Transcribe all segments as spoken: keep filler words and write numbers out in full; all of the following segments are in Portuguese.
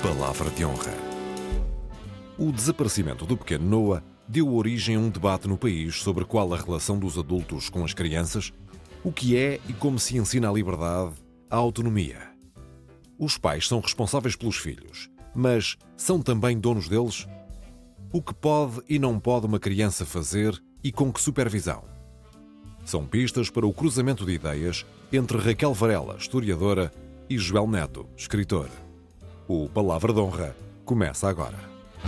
Palavra de honra. O desaparecimento do pequeno Noah deu origem a um debate no país sobre qual a relação dos adultos com as crianças, o que é e como se ensina a liberdade, a autonomia. Os pais são responsáveis pelos filhos, mas são também donos deles? O que pode e não pode uma criança fazer e com que supervisão? São pistas para o cruzamento de ideias entre Raquel Varela, historiadora, e Joel Neto, escritor. O Palavra de Honra começa agora.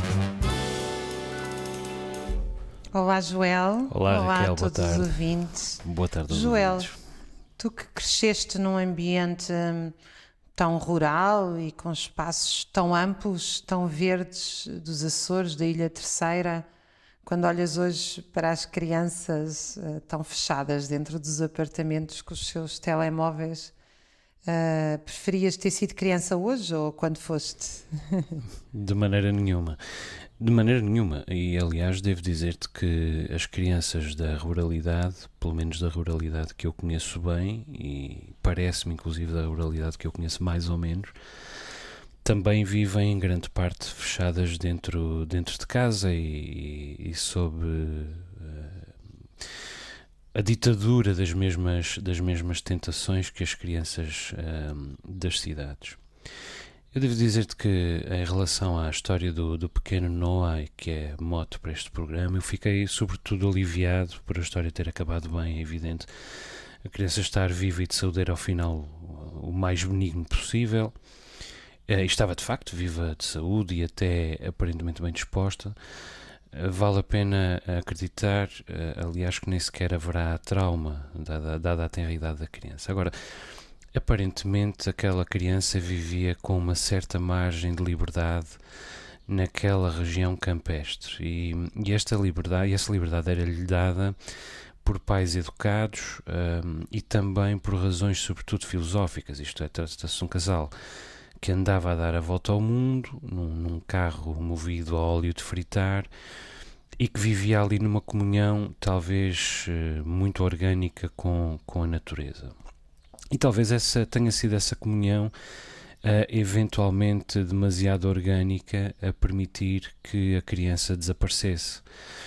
Olá, Joel. Olá, Olá Raquel, a todos boa tarde. os ouvintes. Boa tarde aos Joel, ouvintes. tu que cresceste num ambiente hum, tão rural e com espaços tão amplos, tão verdes dos Açores, da Ilha Terceira, quando olhas hoje para as crianças uh, tão fechadas dentro dos apartamentos com os seus telemóveis, uh, preferias ter sido criança hoje ou quando foste? De maneira nenhuma. De maneira nenhuma. E, aliás, devo dizer-te que as crianças da ruralidade, pelo menos da ruralidade que eu conheço bem, e parece-me, inclusive, da ruralidade que eu conheço mais ou menos, também vivem, em grande parte, fechadas dentro, dentro de casa e, e sob uh, a ditadura das mesmas, das mesmas tentações que as crianças uh, das cidades. Eu devo dizer-te que, em relação à história do, do pequeno Noah, que é mote para este programa, eu fiquei sobretudo aliviado por a história ter acabado bem, é evidente. A criança estar viva e de saúde ao final o mais benigno possível. E estava de facto viva de saúde e até aparentemente bem disposta. Vale a pena acreditar, aliás, que nem sequer haverá trauma, dada, dada a tenridade da criança. Agora, aparentemente aquela criança vivia com uma certa margem de liberdade naquela região campestre e, e esta liberdade, e essa liberdade era-lhe dada por pais educados um, e também por razões sobretudo filosóficas. Isto é, trata-se de um casal que andava a dar a volta ao mundo num, num carro movido a óleo de fritar e que vivia ali numa comunhão talvez muito orgânica com, com a natureza. E talvez essa tenha sido essa comunhão uh, eventualmente demasiado orgânica a permitir que a criança desaparecesse.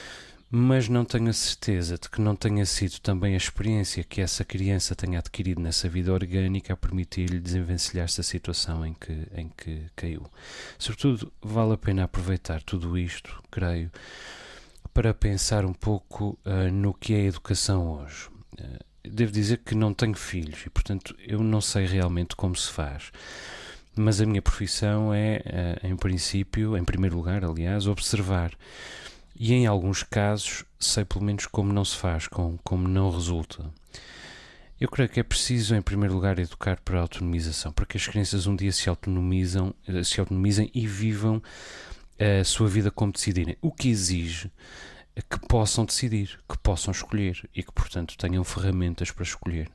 Mas não tenho a certeza de que não tenha sido também a experiência que essa criança tenha adquirido nessa vida orgânica a permitir-lhe desenvencilhar-se da situação em que, em que caiu. Sobretudo, vale a pena aproveitar tudo isto, creio, para pensar um pouco uh, no que é a educação hoje. Uh, devo dizer que não tenho filhos e, portanto, eu não sei realmente como se faz. Mas a minha profissão é, uh, em princípio, em primeiro lugar, aliás, observar. E em alguns casos sei pelo menos como não se faz, como, como não resulta. Eu creio que é preciso, em primeiro lugar, educar para a autonomização, para que as crianças um dia se autonomizam, se autonomizem e vivam a sua vida como decidirem. O que exige que possam decidir, que possam escolher e que, portanto, tenham ferramentas para escolher.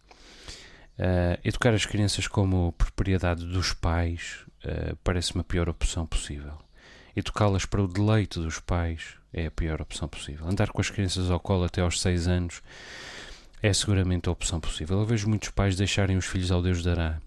Uh, educar as crianças como propriedade dos pais uh, parece-me a pior opção possível. Educá-las para o deleite dos pais é a pior opção possível. Andar com as crianças ao colo até aos seis anos é seguramente a opção possível. Eu vejo muitos pais deixarem os filhos ao Deus dará,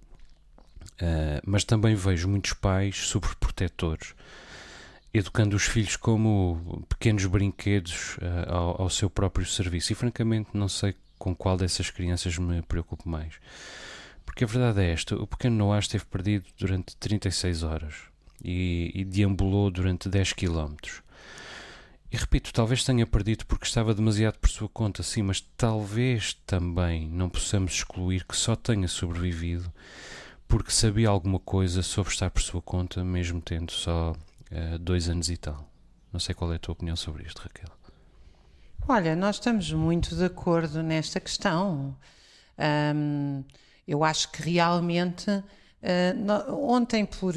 uh, mas também vejo muitos pais sobreprotetores, educando os filhos como pequenos brinquedos uh, ao, ao seu próprio serviço. E francamente não sei com qual dessas crianças me preocupo mais. Porque a verdade é esta: o pequeno Noah esteve perdido durante trinta e seis horas. E, e deambulou durante dez quilómetros. E repito, talvez tenha perdido porque estava demasiado por sua conta, sim, mas talvez também não possamos excluir que só tenha sobrevivido porque sabia alguma coisa sobre estar por sua conta, mesmo tendo só uh, dois anos e tal. Não sei qual é a tua opinião sobre isto, Raquel. Olha, nós estamos muito de acordo nesta questão. Um, eu acho que realmente... Uh, no, ontem por,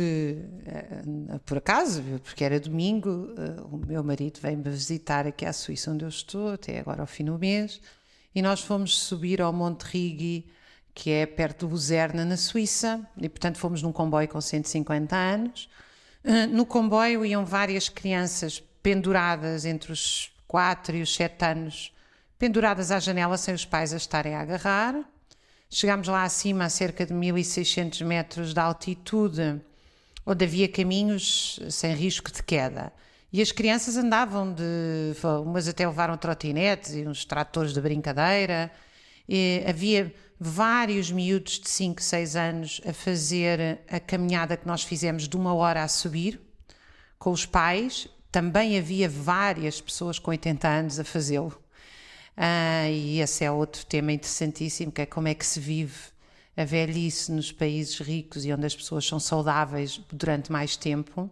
uh, por acaso, porque era domingo, uh, o meu marido veio-me visitar aqui à Suíça onde eu estou, até agora ao fim do mês, e nós fomos subir ao Monte Rigi, que é perto de Luzerna, na Suíça, e portanto fomos num comboio com cento e cinquenta anos. Uh, no comboio iam várias crianças penduradas entre os quatro e os sete anos, penduradas à janela sem os pais a estarem a agarrar. Chegámos lá acima a cerca de mil e seiscentos metros de altitude onde havia caminhos sem risco de queda. E as crianças andavam de... umas até levaram trotinetes e uns tratores de brincadeira. E havia vários miúdos de cinco, seis anos a fazer a caminhada que nós fizemos de uma hora a subir, com os pais. Também havia várias pessoas com oitenta anos a fazê-lo. Ah, e esse é outro tema interessantíssimo, que é como é que se vive a velhice nos países ricos e onde as pessoas são saudáveis durante mais tempo.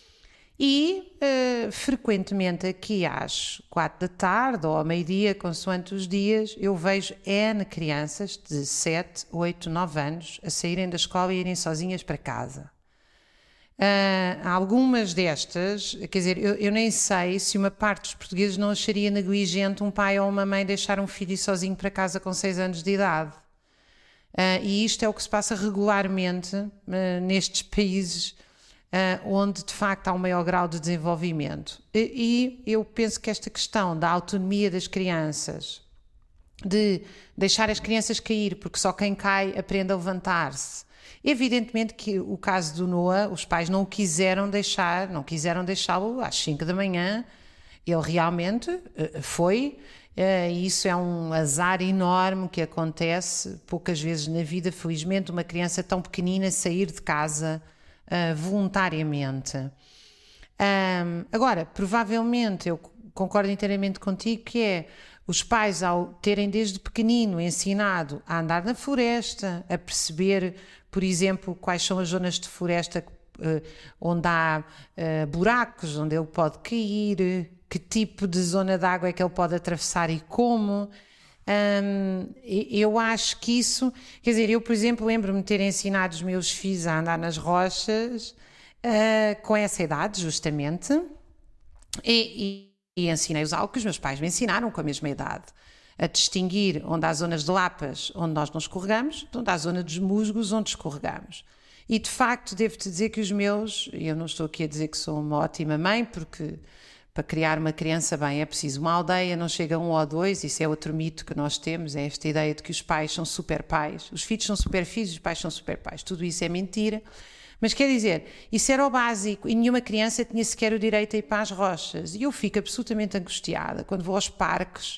E uh, frequentemente aqui às quatro da tarde ou ao meio-dia, consoante os dias, eu vejo N crianças de sete, oito, nove anos a saírem da escola e irem sozinhas para casa. Uh, algumas destas, quer dizer, eu, eu nem sei se uma parte dos portugueses não acharia negligente um pai ou uma mãe deixar um filho ir sozinho para casa com seis anos de idade. Uh, e isto é o que se passa regularmente uh, nestes países Uh, onde de facto há um maior grau de desenvolvimento. E, e eu penso que esta questão da autonomia das crianças, de deixar as crianças cair, porque só quem cai aprende a levantar-se. Evidentemente que o caso do Noah, os pais não o quiseram deixar, não quiseram deixá-lo às cinco da manhã, ele realmente uh, foi, uh, e isso é um azar enorme que acontece poucas vezes na vida, felizmente, uma criança tão pequenina sair de casa Uh, voluntariamente. Um, agora, provavelmente, eu concordo inteiramente contigo, que é os pais, ao terem desde pequenino ensinado a andar na floresta, a perceber, por exemplo, quais são as zonas de floresta uh, onde há uh, buracos, onde ele pode cair, que tipo de zona de água é que ele pode atravessar e como. Um, eu acho que isso, quer dizer, eu por exemplo lembro-me de ter ensinado os meus filhos a andar nas rochas uh, com essa idade justamente e, e, e ensinei-os algo que os meus pais me ensinaram com a mesma idade, a distinguir onde há zonas de lapas onde nós não escorregamos, de onde há zona dos musgos onde escorregamos. E de facto devo-te dizer que os meus, eu não estou aqui a dizer que sou uma ótima mãe, porque para criar uma criança bem é preciso uma aldeia, não chega um ou dois, isso é outro mito que nós temos, é esta ideia de que os pais são super pais, os filhos são super filhos, os pais são super pais, tudo isso é mentira, mas quer dizer, isso era o básico e nenhuma criança tinha sequer o direito a ir para as rochas e eu fico absolutamente angustiada quando vou aos parques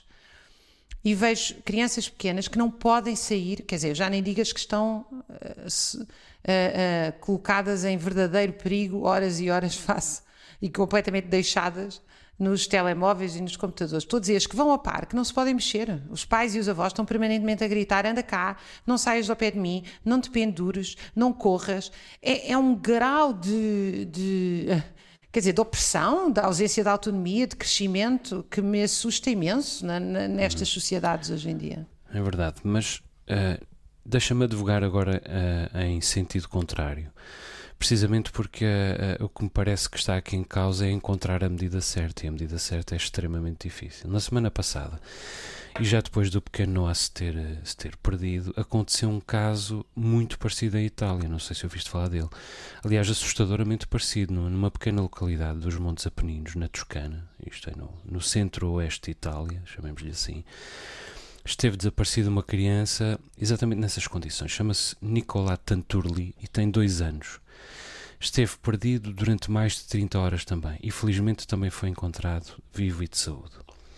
e vejo crianças pequenas que não podem sair, quer dizer, eu já nem digo as que estão uh, se, uh, uh, colocadas em verdadeiro perigo horas e horas face e completamente deixadas nos telemóveis e nos computadores. Estou a dizer, as que vão ao parque não se podem mexer. Os pais e os avós estão permanentemente a gritar, anda cá, não saias do pé de mim, não te pendures, não corras. É, é um grau de, de, quer dizer, de opressão, de ausência de autonomia, de crescimento, que me assusta imenso na, na, nestas sociedades hoje em dia. É verdade, mas uh, deixa-me advogar agora uh, em sentido contrário. Precisamente porque uh, uh, o que me parece que está aqui em causa é encontrar a medida certa, e a medida certa é extremamente difícil. Na semana passada, e já depois do pequeno Noah se ter, uh, se ter perdido, aconteceu um caso muito parecido à Itália, não sei se ouviste falar dele. Aliás, assustadoramente parecido, numa pequena localidade dos Montes Apeninos, na Toscana, isto é no, no centro-oeste de Itália, chamemos-lhe assim. Esteve desaparecida uma criança exatamente nessas condições. Chama-se Nicola Tanturli e tem dois anos. Esteve perdido durante mais de trinta horas também e felizmente também foi encontrado vivo e de saúde.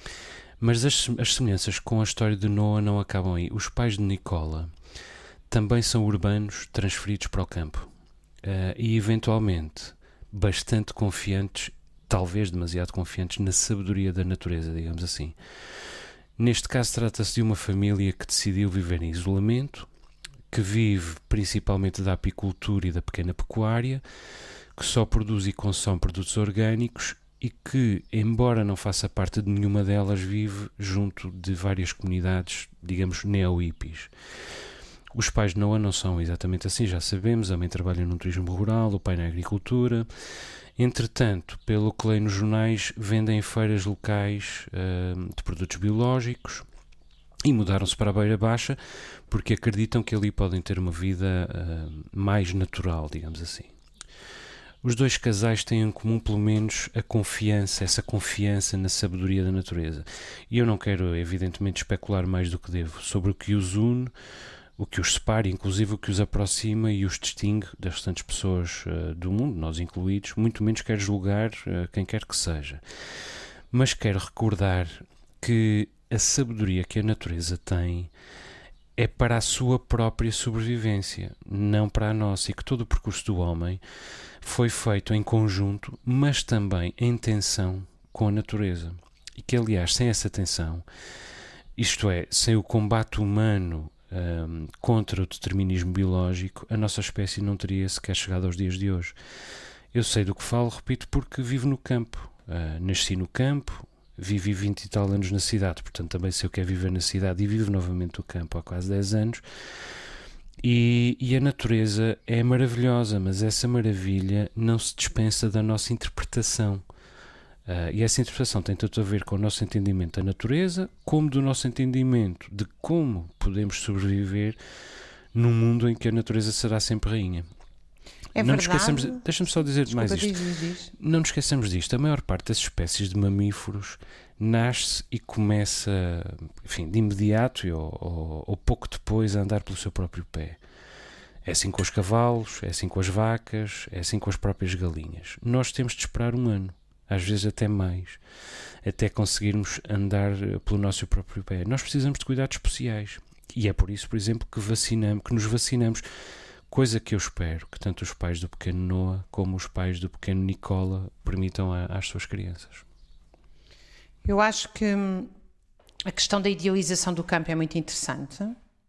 Mas as, as semelhanças com a história de Noah não acabam aí. Os pais de Nicola também são urbanos transferidos para o campo uh, e eventualmente bastante confiantes, talvez demasiado confiantes na sabedoria da natureza, digamos assim. Neste caso trata-se de uma família que decidiu viver em isolamento, que vive principalmente da apicultura e da pequena pecuária, que só produz e consome produtos orgânicos e que, embora não faça parte de nenhuma delas, vive junto de várias comunidades, digamos, neo-hippies. Os pais de Noah não são exatamente assim, já sabemos, a mãe trabalha no turismo rural, o pai na agricultura. Entretanto, pelo que leio nos jornais, vendem em feiras locais uh, de produtos biológicos e mudaram-se para a Beira Baixa porque acreditam que ali podem ter uma vida uh, mais natural, digamos assim. Os dois casais têm em comum pelo menos a confiança, essa confiança na sabedoria da natureza. E eu não quero, evidentemente, especular mais do que devo sobre o que os une, o que os separa, inclusive o que os aproxima e os distingue das restantes pessoas uh, do mundo, nós incluídos, muito menos quer julgar uh, quem quer que seja. Mas quero recordar que a sabedoria que a natureza tem é para a sua própria sobrevivência, não para a nossa, e que todo o percurso do homem foi feito em conjunto, mas também em tensão com a natureza. E que, aliás, sem essa tensão, isto é, sem o combate humano um, contra o determinismo biológico, a nossa espécie não teria sequer chegado aos dias de hoje. Eu sei do que falo, repito, porque vivo no campo. Uh, nasci no campo, vivi vinte e tal anos na cidade, portanto também sei o que é viver na cidade, e vivo novamente no campo há quase dez anos, e, e a natureza é maravilhosa, mas essa maravilha não se dispensa da nossa interpretação, uh, e essa interpretação tem tanto a ver com o nosso entendimento da natureza, como do nosso entendimento de como podemos sobreviver num mundo em que a natureza será sempre rainha. É não nos verdade. esqueçamos, deixa-me só dizer Desculpa, mais isto. diz, diz. Não nos esqueçamos disto. A maior parte das espécies de mamíferos nasce e começa, enfim, de imediato ou, ou, ou pouco depois a andar pelo seu próprio pé. É assim com os cavalos, é assim com as vacas, é assim com as próprias galinhas. Nós temos de esperar um ano, às vezes até mais, até conseguirmos andar pelo nosso próprio pé. Nós precisamos de cuidados especiais. E é por isso, por exemplo, que vacinamos, que nos vacinamos. Coisa que eu espero que tanto os pais do pequeno Noah como os pais do pequeno Nicola permitam a, às suas crianças. Eu acho que a questão da idealização do campo é muito interessante.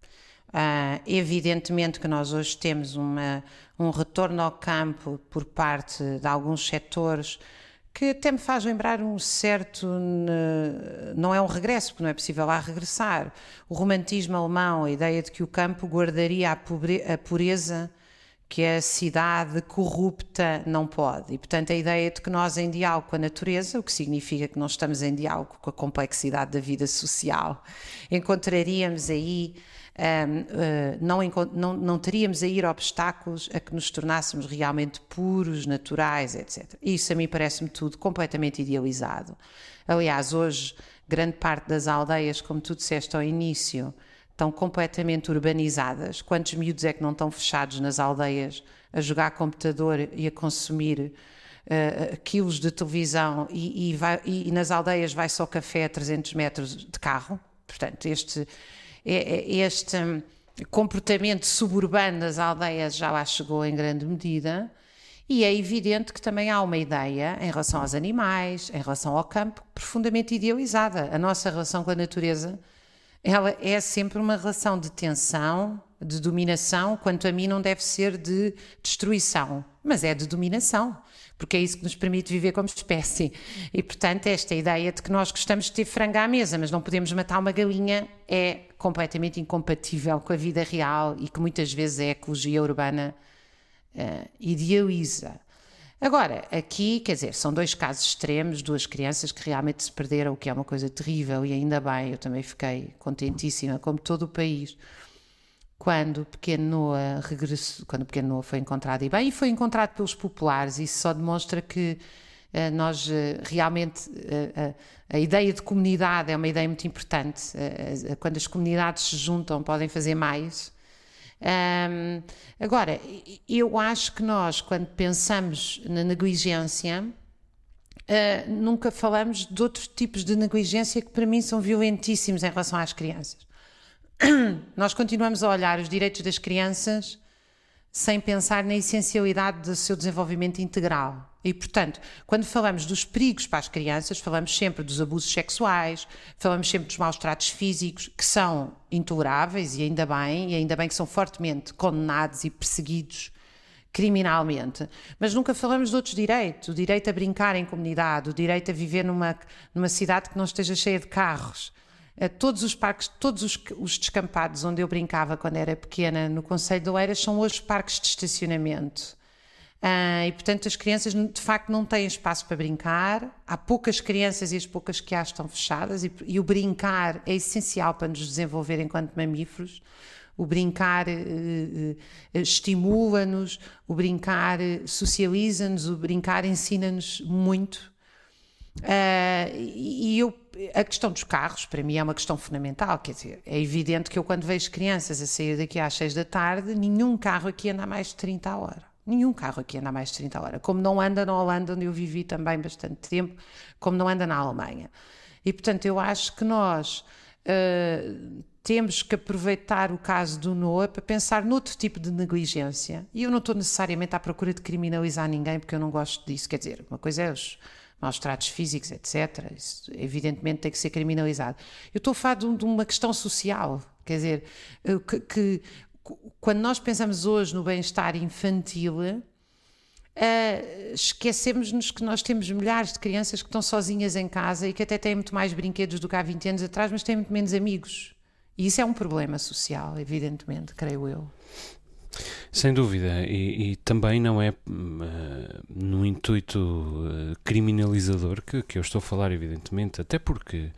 Uh, evidentemente que nós hoje temos uma, um retorno ao campo por parte de alguns setores que até me faz lembrar um certo, não é um regresso, porque não é possível lá regressar, o romantismo alemão, a ideia de que o campo guardaria a, pobre, a pureza que a cidade corrupta não pode. E, portanto, a ideia de que nós em diálogo com a natureza, o que significa que não estamos em diálogo com a complexidade da vida social, encontraríamos aí, um, uh, não, não, não teríamos a ir obstáculos a que nos tornássemos realmente puros, naturais, etcétera. Isso a mim parece-me tudo completamente idealizado. Aliás, hoje, grande parte das aldeias, como tu disseste ao início, estão completamente urbanizadas. Quantos miúdos é que não estão fechados nas aldeias a jogar computador e a consumir uh, quilos de televisão e, e, vai, e, e nas aldeias vai só café a trezentos metros de carro? Portanto, este, este comportamento suburbano das aldeias já lá chegou em grande medida, e é evidente que também há uma ideia em relação aos animais, em relação ao campo, profundamente idealizada. A nossa relação com a natureza, ela é sempre uma relação de tensão, de dominação, quanto a mim não deve ser de destruição, mas é de dominação, porque é isso que nos permite viver como espécie. E, portanto, esta ideia de que nós gostamos de ter frango à mesa, mas não podemos matar uma galinha, é completamente incompatível com a vida real e que muitas vezes a ecologia urbana uh, idealiza. Agora, aqui, quer dizer, são dois casos extremos, duas crianças que realmente se perderam, o que é uma coisa terrível, e ainda bem, eu também fiquei contentíssima, como todo o país, quando o pequeno Noah regressou, quando o pequeno Noah foi encontrado, e bem, e foi encontrado pelos populares. Isso só demonstra que uh, nós uh, realmente, uh, uh, a ideia de comunidade é uma ideia muito importante. Uh, uh, quando as comunidades se juntam, podem fazer mais. Um, agora, eu acho que nós, quando pensamos na negligência, uh, nunca falamos de outros tipos de negligência que para mim são violentíssimos em relação às crianças. Nós continuamos a olhar os direitos das crianças sem pensar na essencialidade do seu desenvolvimento integral. E, portanto, quando falamos dos perigos para as crianças, falamos sempre dos abusos sexuais, falamos sempre dos maus tratos físicos, que são intoleráveis, e ainda bem, e ainda bem que são fortemente condenados e perseguidos criminalmente, mas nunca falamos de outros direitos, o direito a brincar em comunidade, o direito a viver numa, numa cidade que não esteja cheia de carros. Todos os parques, todos os, os descampados onde eu brincava quando era pequena no Concelho de Oeiras são hoje parques de estacionamento. Uh, e, portanto, as crianças de facto não têm espaço para brincar, há poucas crianças e as poucas que há estão fechadas, e, e o brincar é essencial para nos desenvolver enquanto mamíferos. O brincar uh, uh, estimula-nos, o brincar uh, socializa-nos, o brincar ensina-nos muito. Uh, e eu, a questão dos carros, para mim, é uma questão fundamental. Quer dizer, é evidente que eu, quando vejo crianças a sair daqui às seis da tarde, nenhum carro aqui anda a mais de trinta a hora. Nenhum carro aqui anda a mais de trinta a hora. Como não anda na Holanda, onde eu vivi também bastante tempo, como não anda na Alemanha. E, portanto, eu acho que nós uh, temos que aproveitar o caso do Noah para pensar noutro tipo de negligência. E eu não estou necessariamente à procura de criminalizar ninguém, porque eu não gosto disso. Quer dizer, uma coisa é os maus tratos físicos, etcétera. Isso, evidentemente, tem que ser criminalizado. Eu estou a falar de, de uma questão social. Quer dizer, que, que quando nós pensamos hoje no bem-estar infantil, uh, esquecemos-nos que nós temos milhares de crianças que estão sozinhas em casa e que até têm muito mais brinquedos do que há vinte anos atrás, mas têm muito menos amigos. E isso é um problema social, evidentemente, creio eu. Sem dúvida, e, e também não é uh, no intuito uh, criminalizador que, que eu estou a falar, evidentemente, até porque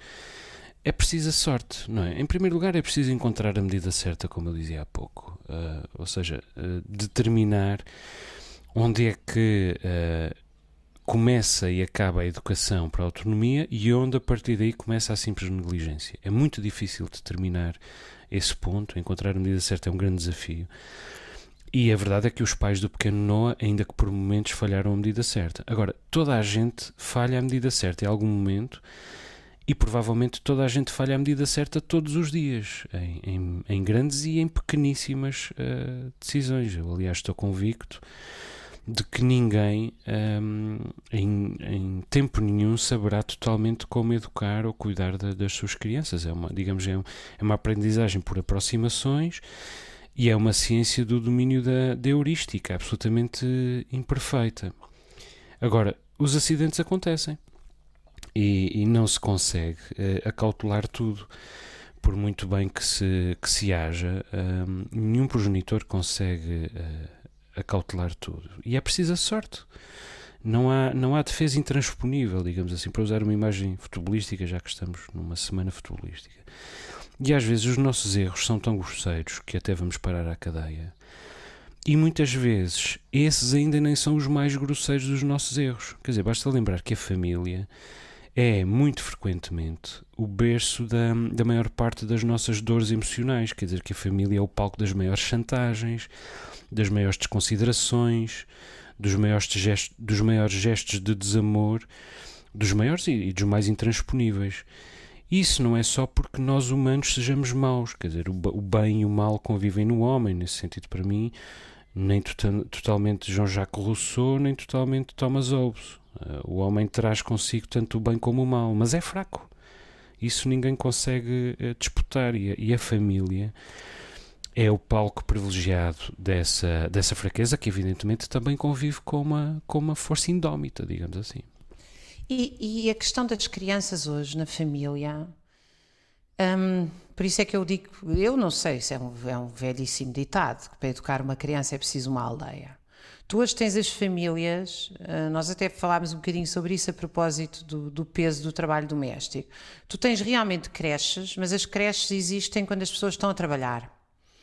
é preciso a sorte, não é? Em primeiro lugar, é preciso encontrar a medida certa, como eu dizia há pouco, uh, ou seja, uh, determinar onde é que uh, começa e acaba a educação para a autonomia e onde a partir daí começa a simples negligência. É muito difícil determinar esse ponto, encontrar a medida certa é um grande desafio. E a verdade é que os pais do pequeno Noah, ainda que por momentos, falharam a medida certa. Agora, toda a gente falha a medida certa em algum momento e provavelmente toda a gente falha a medida certa todos os dias, em, em, em grandes e em pequeníssimas uh, decisões. Eu, aliás, estou convicto de que ninguém, um, em, em tempo nenhum, saberá totalmente como educar ou cuidar de, das suas crianças. É uma, digamos, é, um, é uma aprendizagem por aproximações. E é uma ciência do domínio da, da heurística, absolutamente imperfeita. Agora, os acidentes acontecem e, e não se consegue uh, acautelar tudo. Por muito bem que se, que se haja, um, nenhum progenitor consegue uh, acautelar tudo. E é preciso a sorte. Não há, não há defesa intransponível, digamos assim, para usar uma imagem futebolística, já que estamos numa semana futebolística. E às vezes os nossos erros são tão grosseiros que até vamos parar à cadeia. E muitas vezes esses ainda nem são os mais grosseiros dos nossos erros. Quer dizer, basta lembrar que a família é, muito frequentemente, o berço da, da maior parte das nossas dores emocionais. Quer dizer, que a família é o palco das maiores chantagens, das maiores desconsiderações, dos maiores gestos, dos maiores gestos de desamor, dos maiores e, e dos mais intransponíveis. Isso não é só porque nós humanos sejamos maus, quer dizer, o, o bem e o mal convivem no homem, nesse sentido, para mim, nem to- totalmente Jean-Jacques Rousseau, nem totalmente Thomas Hobbes. Uh, o homem traz consigo tanto o bem como o mal, mas é fraco. Isso ninguém consegue uh, disputar, e a, e a família é o palco privilegiado dessa, dessa fraqueza, que evidentemente também convive com uma, com uma força indómita, digamos assim. E, e a questão das crianças hoje na família, hum, por isso é que eu digo, eu não sei se é um, é um velhíssimo ditado, que para educar uma criança é preciso uma aldeia. Tu hoje tens as famílias, nós até falámos um bocadinho sobre isso a propósito do, do peso do trabalho doméstico. Tu tens realmente creches, mas as creches existem quando as pessoas estão a trabalhar.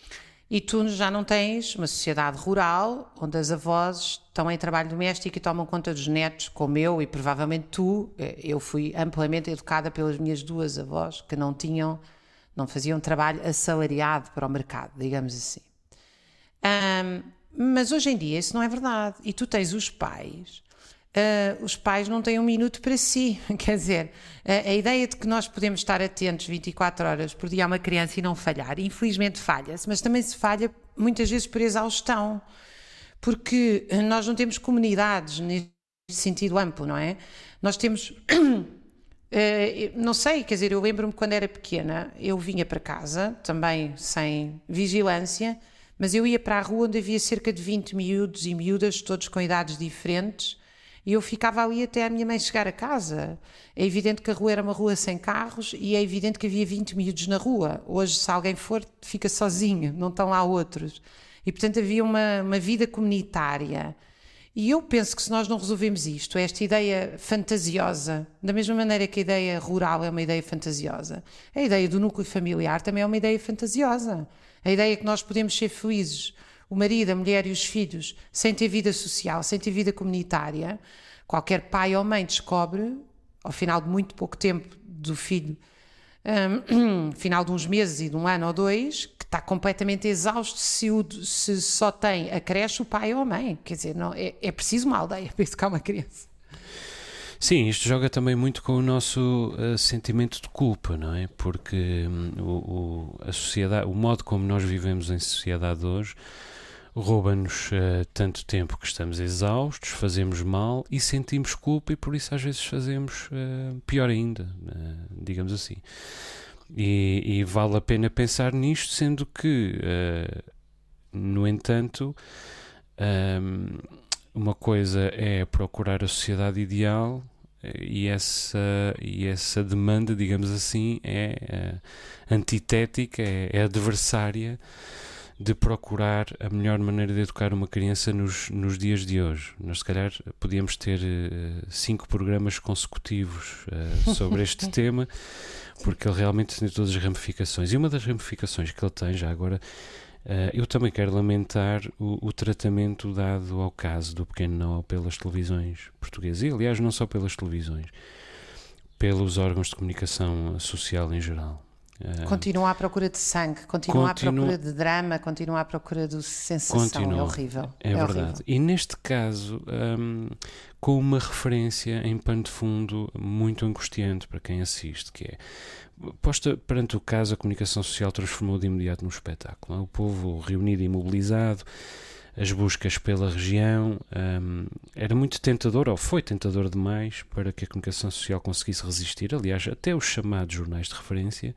E tu já não tens uma sociedade rural onde as avós estão em trabalho doméstico e tomam conta dos netos, como eu e provavelmente tu. Eu fui amplamente educada pelas minhas duas avós, que não tinham, não faziam trabalho assalariado para o mercado, digamos assim. Um, mas hoje em dia isso não é verdade. E tu tens os pais. Uh, os pais não têm um minuto para si, quer dizer, a, a ideia de que nós podemos estar atentos vinte e quatro horas por dia a uma criança e não falhar, infelizmente falha-se, mas também se falha muitas vezes por exaustão, porque nós não temos comunidades nesse sentido amplo, não é? Nós temos, uh, não sei, quer dizer, eu lembro-me quando era pequena, eu vinha para casa, também sem vigilância, mas eu ia para a rua onde havia cerca de vinte miúdos e miúdas, todos com idades diferentes, e eu ficava ali até a minha mãe chegar a casa. É evidente que a rua era uma rua sem carros e é evidente que havia vinte miúdos na rua. Hoje, se alguém for, fica sozinho, não estão lá outros. E, portanto, havia uma, uma vida comunitária. E eu penso que se nós não resolvemos isto, esta ideia fantasiosa, da mesma maneira que a ideia rural é uma ideia fantasiosa, a ideia do núcleo familiar também é uma ideia fantasiosa. A ideia que nós podemos ser felizes, o marido, a mulher e os filhos, sem ter vida social, sem ter vida comunitária, qualquer pai ou mãe descobre, ao final de muito pouco tempo do filho, um, final de uns meses e de um ano ou dois, que está completamente exausto se, o, se só tem a creche o pai ou a mãe. Quer dizer, não, é, é preciso uma aldeia para educar uma criança. Sim, isto joga também muito com o nosso uh, sentimento de culpa, não é? Porque um, o, o, a sociedade, o modo como nós vivemos em sociedade hoje rouba-nos uh, tanto tempo que estamos exaustos, fazemos mal e sentimos culpa, e por isso às vezes fazemos uh, pior ainda, uh, digamos assim. E, e vale a pena pensar nisto, sendo que, uh, no entanto, um, uma coisa é procurar a sociedade ideal, e essa, e essa demanda, digamos assim, é uh, antitética, é, é adversária de procurar a melhor maneira de educar uma criança nos, nos dias de hoje. Nós, se calhar, podíamos ter uh, cinco programas consecutivos uh, sobre este tema, porque ele realmente tem todas as ramificações. E uma das ramificações que ele tem, já agora, uh, eu também quero lamentar o, o tratamento dado ao caso do pequeno Noah pelas televisões portuguesas. E, aliás, não só pelas televisões, pelos órgãos de comunicação social em geral. Continua à procura de sangue, continua, continua à procura de drama, continua à procura de sensação. Continua. É horrível. É, é verdade. Horrível. E neste caso, um, com uma referência em pano de fundo muito angustiante para quem assiste, que é, posta perante o caso, a comunicação social transformou de imediato num espetáculo. Não? O povo reunido e mobilizado, as buscas pela região, um, era muito tentador, ou foi tentador demais, para que a comunicação social conseguisse resistir. Aliás, até os chamados jornais de referência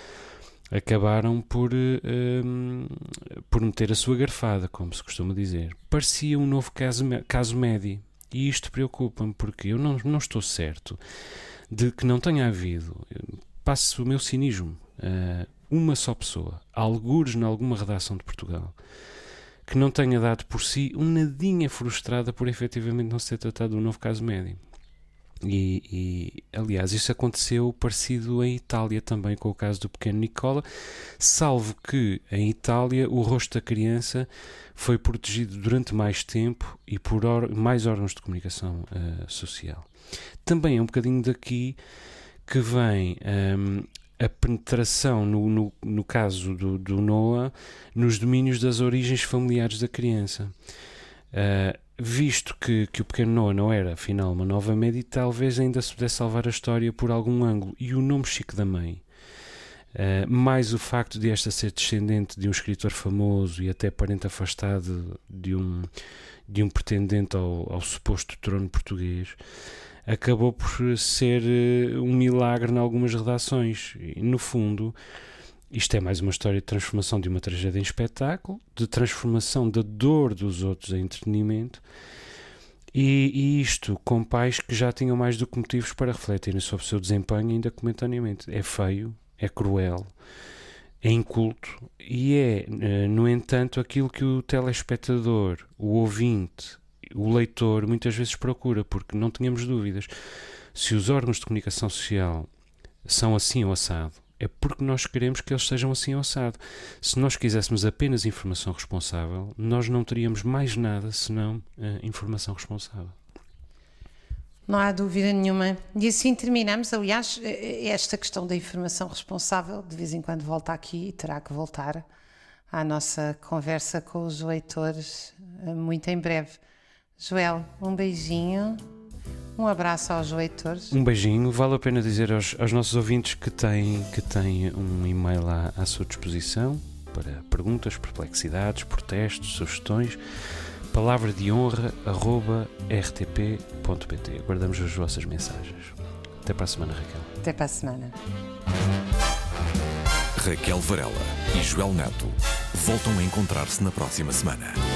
acabaram por, um, por meter a sua garfada, como se costuma dizer. Parecia um novo caso, caso Médi, e isto preocupa-me, porque eu não, não estou certo de que não tenha havido, passo o meu cinismo, uh, uma só pessoa, algures em alguma redação de Portugal, que não tenha dado por si um nadinha frustrada por efetivamente não se ter tratado de um novo caso Médi. E, e, aliás, isso aconteceu parecido em Itália também, com o caso do pequeno Nicola, salvo que em Itália o rosto da criança foi protegido durante mais tempo e por or- mais órgãos de comunicação uh, social. Também é um bocadinho daqui que vem um, a penetração, no, no, no caso do, do Noah, nos domínios das origens familiares da criança. Uh, visto que, que o pequeno Noah não era, afinal, uma nova Médi, talvez ainda se pudesse salvar a história por algum ângulo. E o nome Chico da Mãe, uh, mais o facto de esta ser descendente de um escritor famoso e até parente afastado de um, de um pretendente ao, ao suposto trono português, acabou por ser uh, um milagre em algumas redações. E, no fundo, isto é mais uma história de transformação de uma tragédia em espetáculo, de transformação da dor dos outros em entretenimento, e, e isto com pais que já tinham mais do que motivos para refletirem sobre o seu desempenho ainda momentaneamente. É feio, é cruel, é inculto, e é, no entanto, aquilo que o telespectador, o ouvinte, o leitor muitas vezes procura, porque não tínhamos dúvidas. Se os órgãos de comunicação social são assim ou assado, é porque nós queremos que eles sejam assim ou assado. Se nós quiséssemos apenas informação responsável, nós não teríamos mais nada senão uh, informação responsável. Não há dúvida nenhuma. E assim terminamos. Aliás, esta questão da informação responsável de vez em quando volta aqui e terá que voltar à nossa conversa com os leitores muito em breve. Joel, um beijinho. Um abraço aos leitores. Um beijinho. Vale a pena dizer aos, aos nossos ouvintes que têm, que têm um e-mail à, à sua disposição para perguntas, perplexidades, protestos, sugestões. Palavra de honra arroba r t p ponto p t. Aguardamos as vossas mensagens. Até para a semana, Raquel. Até para a semana. Raquel Varela e Joel Neto voltam a encontrar-se na próxima semana.